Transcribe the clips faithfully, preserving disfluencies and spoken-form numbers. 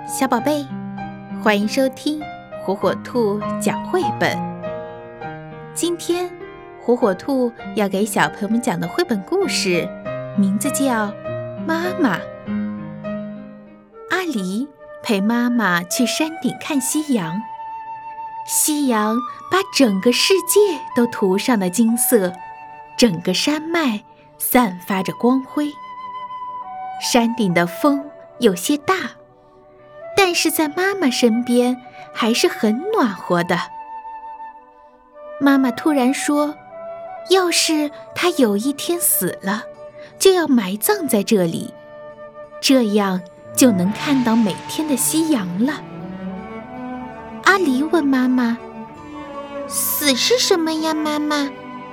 小宝贝，欢迎收听火火兔讲绘本。今天火火兔要给小朋友们讲的绘本故事名字叫《妈妈》。阿狸陪妈妈去山顶看夕阳，夕阳把整个世界都涂上了金色，整个山脉散发着光辉。山顶的风有些大，但是在妈妈身边还是很暖和的。妈妈突然说，要是她有一天死了，就要埋葬在这里，这样就能看到每天的夕阳了。阿狸问妈妈， 死是什么呀，妈妈？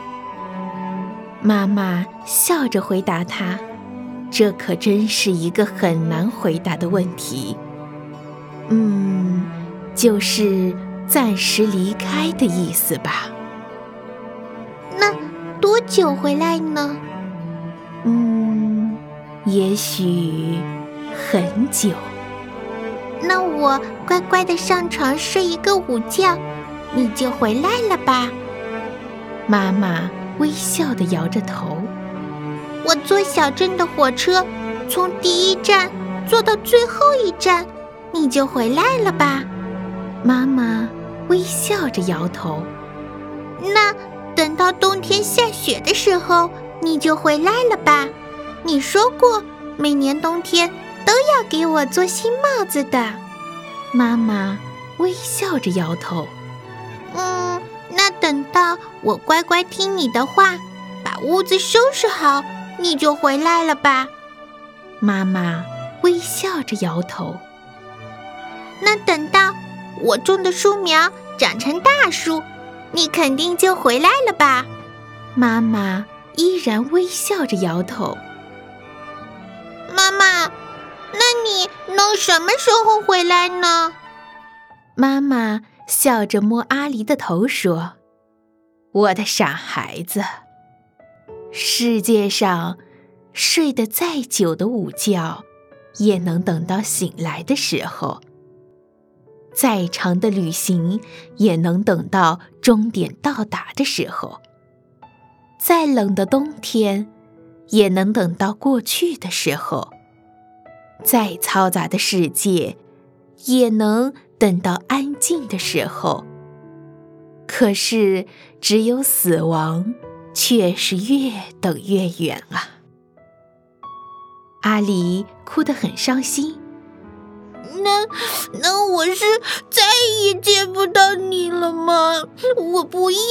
妈妈笑着回答她，这可真是一个很难回答的问题。嗯，就是暂时离开的意思吧。 那多久回来呢？ 嗯，也许很久。 那我乖乖地上床睡一个午觉，你就回来了吧？ 妈妈微笑地摇着头。 我坐小镇的火车，从第一站坐到最后一站，你就回来了吧？ 妈妈微笑着摇头。 那等到冬天下雪的时候，你就回来了吧？你说过每年冬天都要给我做新帽子的。 妈妈微笑着摇头。 嗯，那等到我乖乖听你的话，把屋子收拾好，你就回来了吧？ 妈妈微笑着摇头。 那等到我种的树苗长成大树，你肯定就回来了吧？ 妈妈依然微笑着摇头。 妈妈，那你能什么时候回来呢？ 妈妈笑着摸阿狸的头说，我的傻孩子，世界上睡得再久的午觉，也能等到醒来的时候。再长的旅行，也能等到终点到达的时候。再冷的冬天，也能等到过去的时候。再嘈杂的世界，也能等到安静的时候。可是，只有死亡，却是越等越远啊！阿狸哭得很伤心。 那那我是再也见不到你了吗？我不要！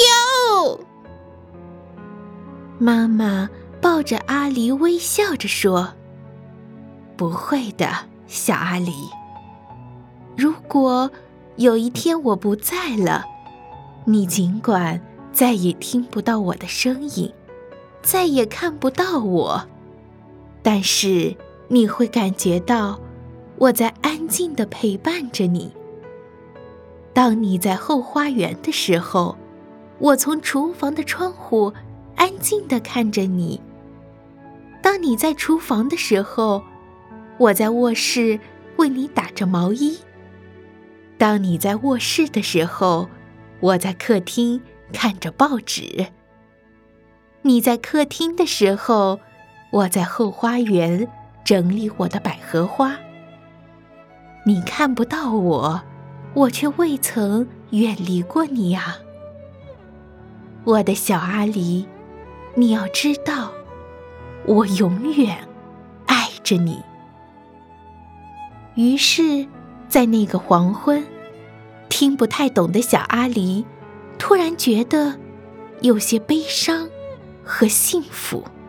妈妈抱着阿狸微笑着说，不会的，小阿狸。如果有一天我不在了，你尽管再也听不到我的声音，再也看不到我，但是你会感觉到我在安静地陪伴着你。当你在后花园的时候，我从厨房的窗户安静地看着你。当你在厨房的时候，我在卧室为你打着毛衣。当你在卧室的时候，我在客厅看着报纸。你在客厅的时候，我在后花园整理我的百合花。你看不到我，我却未曾远离过你呀。我的小阿狸，你要知道，我永远爱着你。于是，在那个黄昏，听不太懂的小阿狸突然觉得有些悲伤和幸福。